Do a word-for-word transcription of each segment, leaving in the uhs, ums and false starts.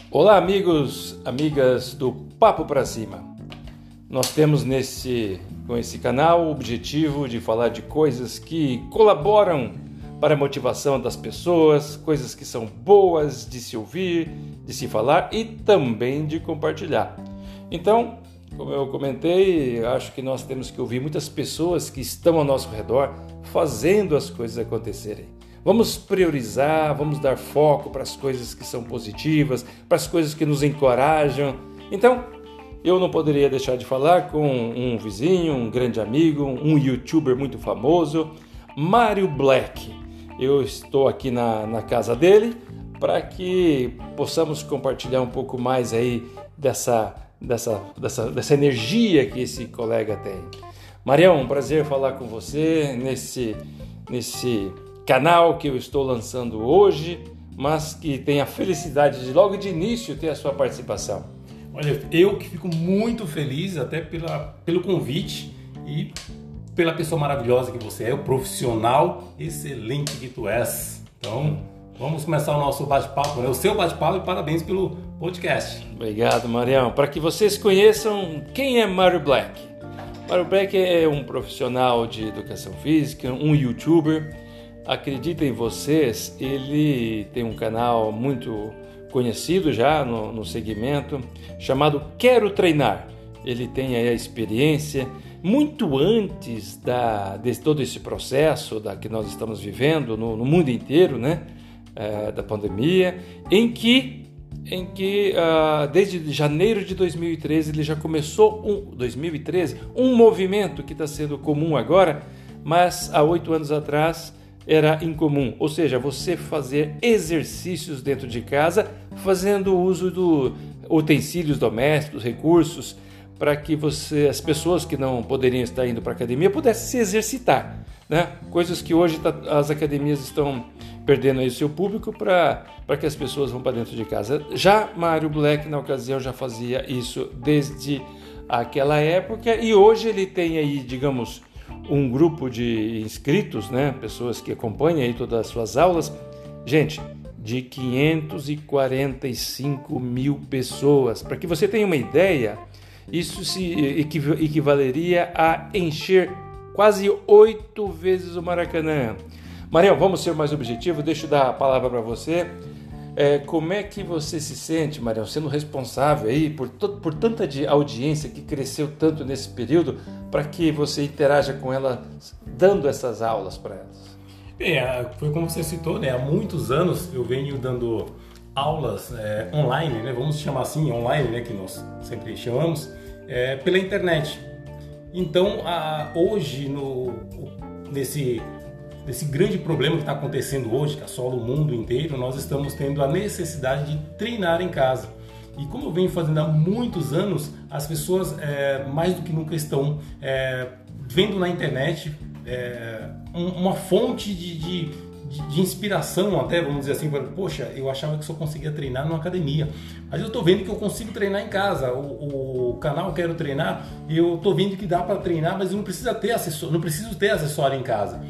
Olá, amigos, amigas do Papo Pra Cima. Nós temos nesse, com esse canal o objetivo de falar de coisas que colaboram para a motivação das pessoas, coisas que são boas de se ouvir, de se falar e também de compartilhar. Então, como eu comentei, acho que nós temos que ouvir muitas pessoas que estão ao nosso redor fazendo as coisas acontecerem. Vamos priorizar, vamos dar foco para as coisas que são positivas, para as coisas que nos encorajam. Então, eu não poderia deixar de falar com um vizinho, um grande amigo, um youtuber muito famoso, Mário Black. Eu estou aqui na, na casa dele para que possamos compartilhar um pouco mais aí dessa, dessa, dessa, dessa energia que esse colega tem. Marião, um prazer falar com você nesse... nesse canal que eu estou lançando hoje, mas que tem a felicidade de logo de início ter a sua participação. Olha, eu que fico muito feliz até pela, pelo convite e pela pessoa maravilhosa que você é, o profissional excelente que tu és. Então, vamos começar o nosso bate-papo, né? O seu bate-papo, e parabéns pelo podcast. Obrigado, Marião. Para que vocês conheçam quem é Mário Black. Mário Black é um profissional de educação física, um youtuber. Acreditem vocês, ele tem um canal muito conhecido já no, no segmento, chamado Quero Treinar. Ele tem aí a experiência, muito antes da, de todo esse processo da, que nós estamos vivendo no, no mundo inteiro, né? É, da pandemia, em que, em que uh, desde janeiro de dois mil e treze, ele já começou, um, dois mil e treze, um movimento que está sendo comum agora, mas há oito anos atrás era incomum, ou seja, você fazer exercícios dentro de casa, fazendo uso de utensílios domésticos, recursos, para que você, as pessoas que não poderiam estar indo para a academia pudessem se exercitar, né? Coisas que hoje tá, as academias estão perdendo aí o seu público para que as pessoas vão para dentro de casa. Já Mário Black, na ocasião, já fazia isso desde aquela época e hoje ele tem aí, digamos, um grupo de inscritos, né, pessoas que acompanham aí todas as suas aulas, gente, de quinhentos e quarenta e cinco mil pessoas. Para que você tenha uma ideia, isso se equivaleria a encher quase oito vezes o Maracanã. Marião, vamos ser mais objetivos, deixa eu dar a palavra para você. É, como é que você se sente, Marião, sendo responsável aí por, to- por tanta de audiência que cresceu tanto nesse período, para que você interaja com ela dando essas aulas para elas? Bem, foi como você citou, né? Há muitos anos eu venho dando aulas é, online, né? Vamos chamar assim, online, né? Que nós sempre chamamos, é, pela internet. Então, a, hoje, no, nesse... Esse grande problema que está acontecendo hoje, que assola o mundo inteiro, nós estamos tendo a necessidade de treinar em casa. E como eu venho fazendo há muitos anos, as pessoas é, mais do que nunca estão é, vendo na internet é, uma fonte de, de, de, de inspiração, até vamos dizer assim, poxa, eu achava que só conseguia treinar numa academia, mas eu estou vendo que eu consigo treinar em casa. O, o canal Quero Treinar, eu estou vendo que dá para treinar, mas eu não preciso ter acessório, não preciso ter acessório em casa.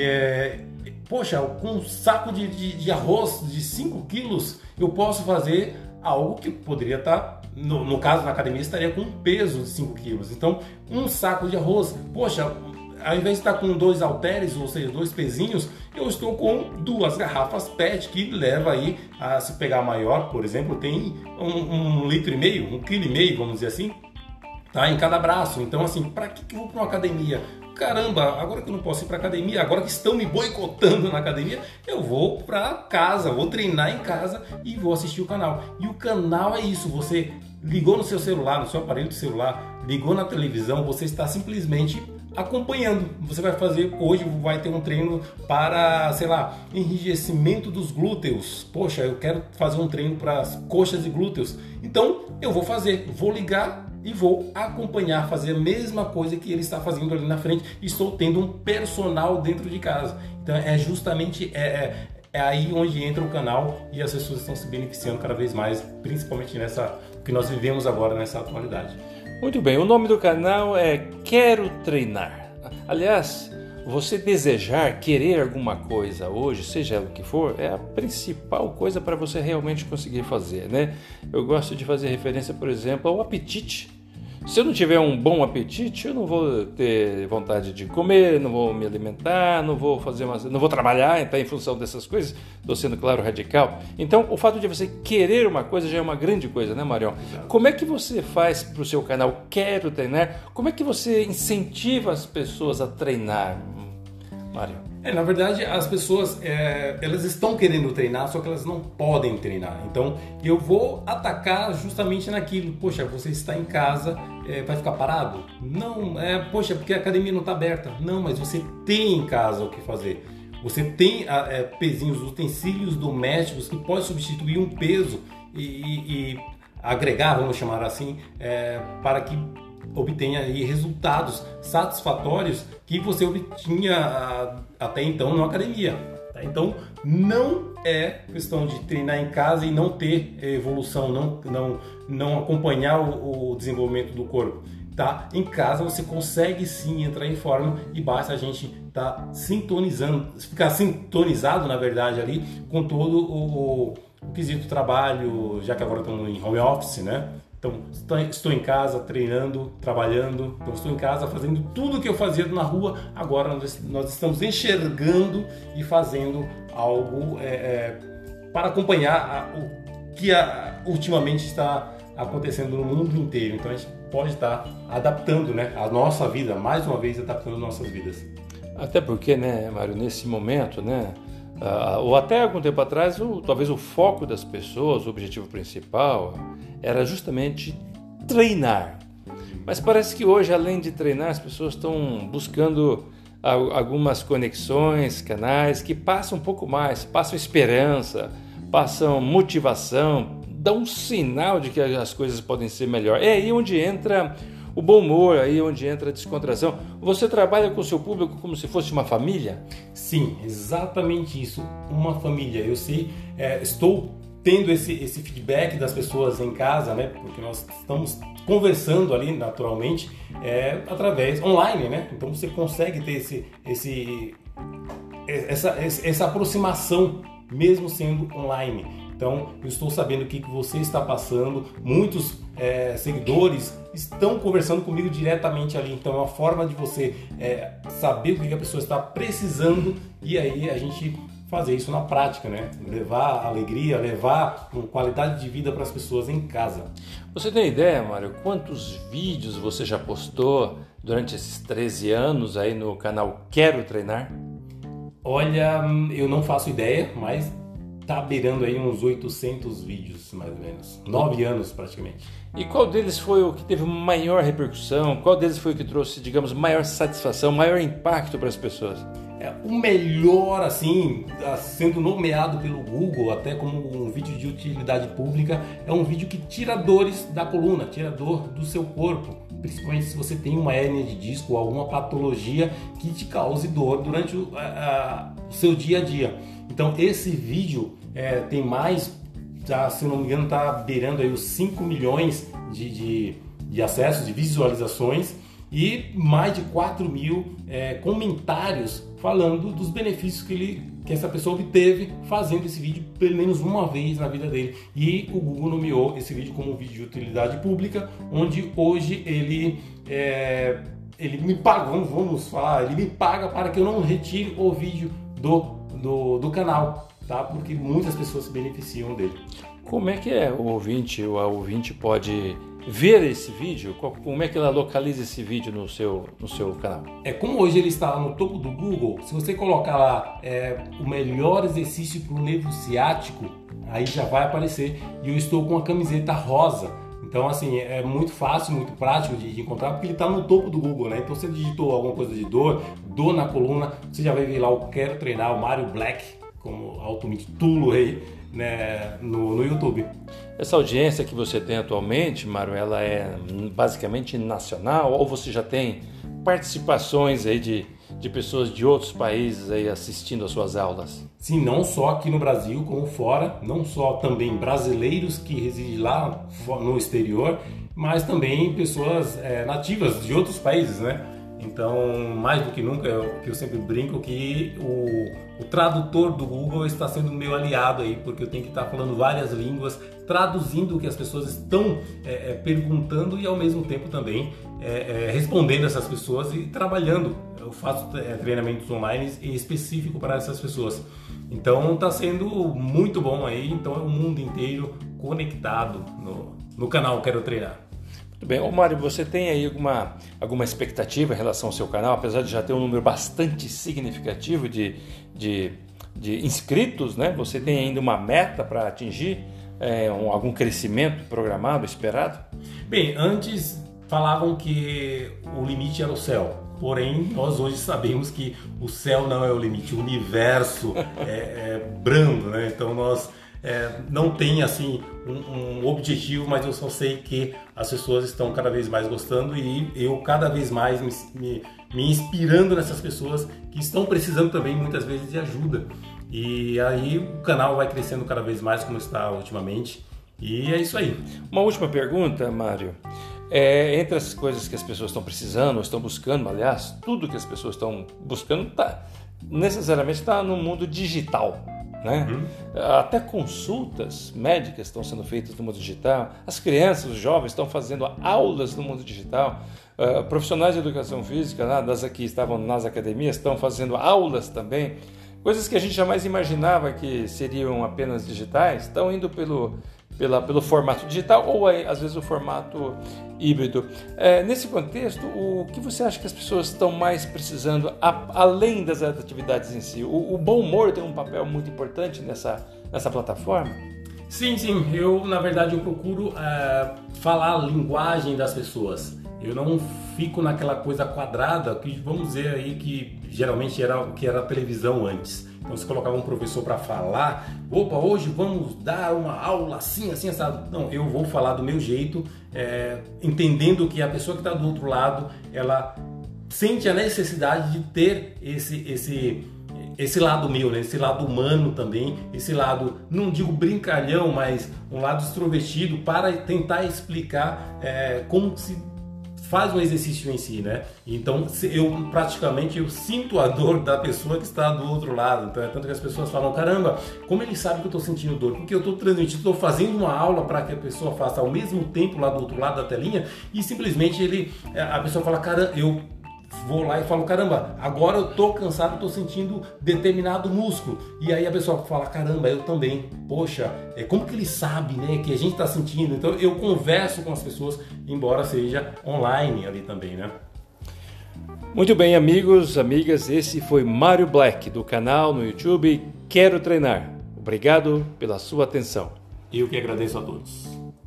É, poxa, com um saco de, de, de arroz de cinco quilos eu posso fazer algo que poderia estar, no, no caso na academia, estaria com um peso de cinco quilos. Então, um saco de arroz, poxa, ao invés de estar com dois halteres, ou seja, dois pezinhos, eu estou com duas garrafas P E T que leva aí a, se pegar maior, por exemplo, tem um, um litro e meio, um quilo e meio, vamos dizer assim, tá, em cada braço. Então, assim, para que, que eu vou para uma academia? Caramba, agora que eu não posso ir para academia, agora que estão me boicotando na academia, eu vou para casa, vou treinar em casa e vou assistir o canal. E o canal é isso, você ligou no seu celular, no seu aparelho de celular, ligou na televisão, você está simplesmente acompanhando. Você vai fazer, hoje vai ter um treino para, sei lá, enrijecimento dos glúteos. Poxa, eu quero fazer um treino para as coxas e glúteos. Então, eu vou fazer, vou ligar e vou acompanhar, fazer a mesma coisa que ele está fazendo ali na frente. Estou tendo um personal dentro de casa. Então é justamente é, é, é aí onde entra o canal e as pessoas estão se beneficiando cada vez mais, principalmente nessa que nós vivemos agora nessa atualidade. Muito bem, o nome do canal é Quero Treinar. Aliás, você desejar, querer alguma coisa hoje, seja ela o que for, é a principal coisa para você realmente conseguir fazer, né? Eu gosto de fazer referência, por exemplo, ao apetite. Se eu não tiver um bom apetite, eu não vou ter vontade de comer, não vou me alimentar, não vou fazer uma, não vou trabalhar, então em função dessas coisas, estou sendo claro radical. Então, o fato de você querer uma coisa já é uma grande coisa, né, Marião? Como é que você faz para o seu canal Quero Treinar? Como é que você incentiva as pessoas a treinar, Marião? É, na verdade, as pessoas, é, elas estão querendo treinar, só que elas não podem treinar. Então, eu vou atacar justamente naquilo. Poxa, você está em casa, é, vai ficar parado? Não, é, poxa, porque a academia não está aberta. Não, mas você tem em casa o que fazer. Você tem é, pezinhos, utensílios domésticos que pode substituir um peso e, e, e agregar, vamos chamar assim, é, para que obtenha aí resultados satisfatórios que você obtinha até então na academia. Tá? Então não é questão de treinar em casa e não ter evolução, não, não, não acompanhar o, o desenvolvimento do corpo. Tá? Em casa você consegue sim entrar em forma e basta a gente estar tá sintonizando, ficar sintonizado na verdade ali com todo o, o, o quesito trabalho, já que agora estamos em home office, né? Então, estou em casa treinando, trabalhando, então estou em casa fazendo tudo o que eu fazia na rua, agora nós, nós estamos enxergando e fazendo algo é, é, para acompanhar a, o que a, ultimamente está acontecendo no mundo inteiro. Então a gente pode estar adaptando, né, a nossa vida, mais uma vez adaptando nossas vidas. Até porque, né, Mário, nesse momento, né, Uh, ou até algum tempo atrás, o, talvez o foco das pessoas, o objetivo principal, era justamente treinar. Mas parece que hoje, além de treinar, as pessoas estão buscando a, algumas conexões, canais que passam um pouco mais, passam esperança, passam motivação, dão um sinal de que as coisas podem ser melhor. É aí onde entra o bom humor, aí onde entra a descontração. Você trabalha com o seu público como se fosse uma família? Sim, exatamente isso, uma família. Eu sei, é, estou tendo esse, esse feedback das pessoas em casa, né? Porque nós estamos conversando ali naturalmente, é, através online, né? Então você consegue ter esse, esse, essa, essa aproximação mesmo sendo online. Então, eu estou sabendo o que você está passando, muitos é, seguidores estão conversando comigo diretamente ali, então é uma forma de você é, saber o que a pessoa está precisando e aí a gente fazer isso na prática, né? Levar alegria, levar qualidade de vida para as pessoas em casa. Você tem ideia, Mário, quantos vídeos você já postou durante esses treze anos aí no canal Quero Treinar? Olha, eu não faço ideia, mas tá beirando aí uns oitocentos vídeos, mais ou menos. Nove anos, praticamente. E qual deles foi o que teve maior repercussão? Qual deles foi o que trouxe, digamos, maior satisfação, maior impacto para as pessoas? É, o melhor, assim, sendo nomeado pelo Google, até como um vídeo de utilidade pública, é um vídeo que tira dores da coluna, tira dor do seu corpo. Principalmente se você tem uma hérnia de disco ou alguma patologia que te cause dor durante o, a, a, o seu dia a dia. Então esse vídeo é, tem mais, já, se não me engano, está beirando aí os cinco milhões de, de, de acessos, de visualizações e mais de quatro mil é, comentários falando dos benefícios que, ele, que essa pessoa obteve fazendo esse vídeo pelo menos uma vez na vida dele. E o Google nomeou esse vídeo como um vídeo de utilidade pública, onde hoje ele, é, ele me paga, vamos, vamos falar, ele me paga para que eu não retire o vídeo do Do, do canal, tá? Porque muitas pessoas se beneficiam dele. Como é que é o ouvinte ou a ouvinte pode ver esse vídeo? Como é que ela localiza esse vídeo no seu, no seu canal? É, como hoje ele está lá no topo do Google, se você colocar lá é, o melhor exercício para o nervo ciático, aí já vai aparecer. E eu estou com a camiseta rosa. Então, assim, é muito fácil, muito prático de, de encontrar, porque ele está no topo do Google, né? Então, você digitou alguma coisa de dor, dor na coluna, você já vai ver lá o Quero Treinar, o Mário Black, como auto-mitulo aí, né, no, no YouTube. Essa audiência que você tem atualmente, Mário, ela é basicamente nacional ou você já tem participações aí de, de pessoas de outros países aí assistindo às suas aulas? Sim, não só aqui no Brasil, como fora, não só também brasileiros que residem lá no exterior, mas também pessoas é, nativas de outros países, né? Então, mais do que nunca, eu, que eu sempre brinco que o, o tradutor do Google está sendo meu aliado aí, porque eu tenho que estar falando várias línguas, traduzindo o que as pessoas estão é, é, perguntando e ao mesmo tempo também é, é, respondendo essas pessoas e trabalhando. Eu faço é, treinamentos online específicos para essas pessoas. Então está sendo muito bom aí, então é o mundo inteiro conectado no, no canal Quero Treinar. Muito bem. Ô Mário, você tem aí alguma, alguma expectativa em relação ao seu canal, apesar de já ter um número bastante significativo de, de, de inscritos, né? Você tem ainda uma meta para atingir, é, um, algum crescimento programado, esperado? Bem, antes falavam que o limite era o céu. Porém, nós hoje sabemos que o céu não é o limite, o universo é, é brando, né? Então nós é, não tem assim um, um objetivo, mas eu só sei que as pessoas estão cada vez mais gostando e eu cada vez mais me, me, me inspirando nessas pessoas que estão precisando também muitas vezes de ajuda. E aí o canal vai crescendo cada vez mais como está ultimamente. E é isso aí. Uma última pergunta, Mário. É, entre as coisas que as pessoas estão precisando, ou estão buscando, aliás, tudo que as pessoas estão buscando tá, necessariamente está no mundo digital, né? Uhum. Até consultas médicas estão sendo feitas no mundo digital, as crianças, os jovens estão fazendo aulas no mundo digital, uh, profissionais de educação física, né, das que estavam nas academias, estão fazendo aulas também. Coisas que a gente jamais imaginava que seriam apenas digitais, estão indo pelo... Pela, pelo formato digital ou às vezes o formato híbrido. É, nesse contexto, o que você acha que as pessoas estão mais precisando, a, além das atividades em si? O, o bom humor tem um papel muito importante nessa, nessa plataforma? Sim, sim. Eu, na verdade, eu procuro é, falar a linguagem das pessoas. Eu não fico naquela coisa quadrada que, vamos dizer aí, que geralmente era o que era a televisão antes. Então você colocava um professor para falar, opa, hoje vamos dar uma aula assim, assim, assado. Não, eu vou falar do meu jeito, é, entendendo que a pessoa que está do outro lado, ela sente a necessidade de ter esse, esse, esse lado meu, né? Esse lado humano também, esse lado, não digo brincalhão, mas um lado extrovertido para tentar explicar é, como se faz um exercício em si, né? Então eu praticamente eu sinto a dor da pessoa que está do outro lado. Então é tanto que as pessoas falam, caramba, como ele sabe que eu estou sentindo dor? Porque eu estou transmitindo, estou fazendo uma aula para que a pessoa faça ao mesmo tempo lá do outro lado da telinha e simplesmente ele, a pessoa fala, caramba, eu vou lá e falo, caramba, agora eu tô cansado, tô sentindo determinado músculo. E aí a pessoa fala, caramba, eu também. Poxa, é, como que ele sabe, né, que a gente tá sentindo? Então eu converso com as pessoas, embora seja online ali também, né? Muito bem, amigos, amigas, esse foi Mário Black, do canal no YouTube Quero Treinar. Obrigado pela sua atenção. Eu que agradeço a todos.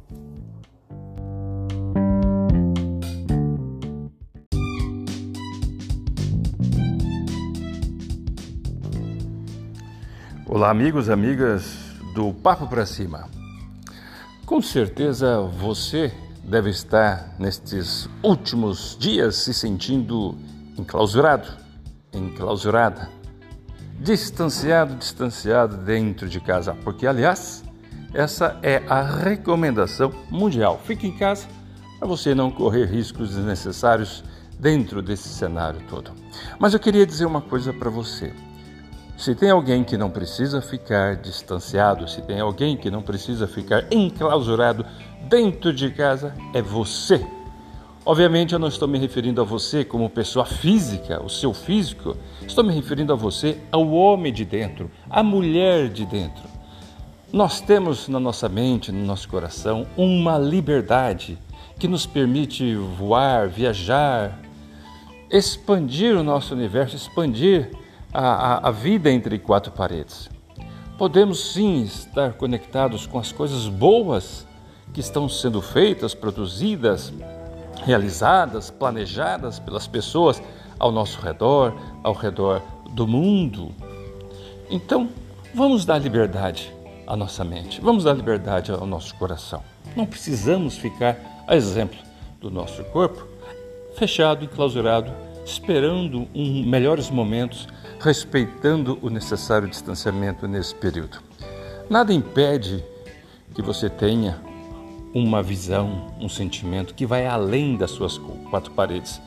Olá, amigos e amigas do Papo Pra Cima. Com certeza você deve estar nestes últimos dias se sentindo enclausurado, enclausurada, distanciado, distanciado dentro de casa, porque, aliás, essa é a recomendação mundial. Fique em casa para você não correr riscos desnecessários dentro desse cenário todo. Mas eu queria dizer uma coisa para você. Se tem alguém que não precisa ficar distanciado, se tem alguém que não precisa ficar enclausurado dentro de casa, é você. Obviamente eu não estou me referindo a você como pessoa física, o seu físico, estou me referindo a você, ao homem de dentro, à mulher de dentro. Nós temos na nossa mente, no nosso coração, uma liberdade que nos permite voar, viajar, expandir o nosso universo, expandir A, a, a vida entre quatro paredes. Podemos sim estar conectados com as coisas boas que estão sendo feitas, produzidas, realizadas, planejadas pelas pessoas ao nosso redor, ao redor do mundo. Então, vamos dar liberdade à nossa mente, vamos dar liberdade ao nosso coração. Não precisamos ficar, a exemplo do nosso corpo, fechado, enclausurado, esperando um, melhores momentos, respeitando o necessário distanciamento nesse período. Nada impede que você tenha uma visão, um sentimento que vai além das suas quatro paredes,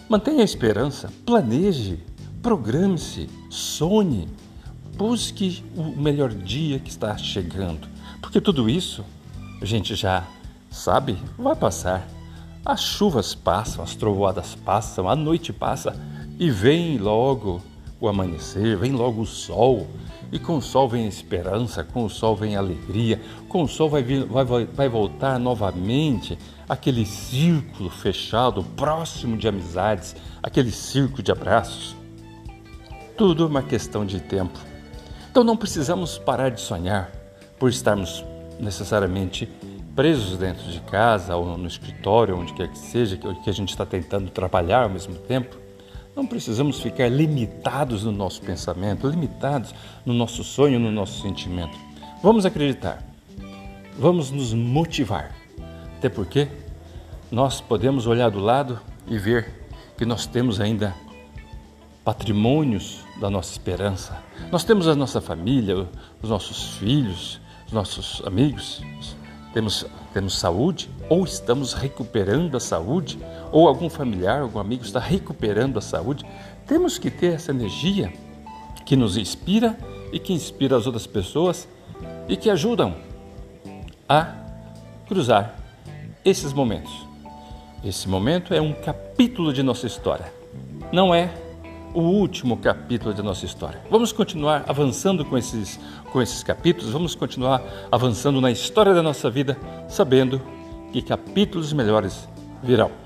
Mantenha a esperança, planeje, programe-se, sonhe, busque o melhor dia que está chegando. Porque tudo isso, a gente já sabe, vai passar. As chuvas passam, as trovoadas passam, a noite passa e vem logo o amanhecer, vem logo o sol. E com o sol vem a esperança, com o sol vem a alegria, com o sol vai, vir, vai, vai voltar novamente aquele círculo fechado, próximo de amizades, aquele círculo de abraços. Tudo é uma questão de tempo. Então não precisamos parar de sonhar por estarmos necessariamente presos dentro de casa ou no escritório, onde quer que seja, que a gente está tentando trabalhar ao mesmo tempo. Não precisamos ficar limitados no nosso pensamento, limitados no nosso sonho, no nosso sentimento. Vamos acreditar, vamos nos motivar. Até porque nós podemos olhar do lado e ver que nós temos ainda patrimônios da nossa esperança. Nós temos a nossa família, os nossos filhos, os nossos amigos. Temos, temos saúde, ou estamos recuperando a saúde, ou algum familiar, algum amigo está recuperando a saúde. Temos que ter essa energia que nos inspira e que inspira as outras pessoas e que ajudam a cruzar esses momentos. Esse momento é um capítulo de nossa história, não é o último capítulo da nossa história. Vamos continuar avançando com esses, com esses capítulos, vamos continuar avançando na história da nossa vida, sabendo que capítulos melhores virão.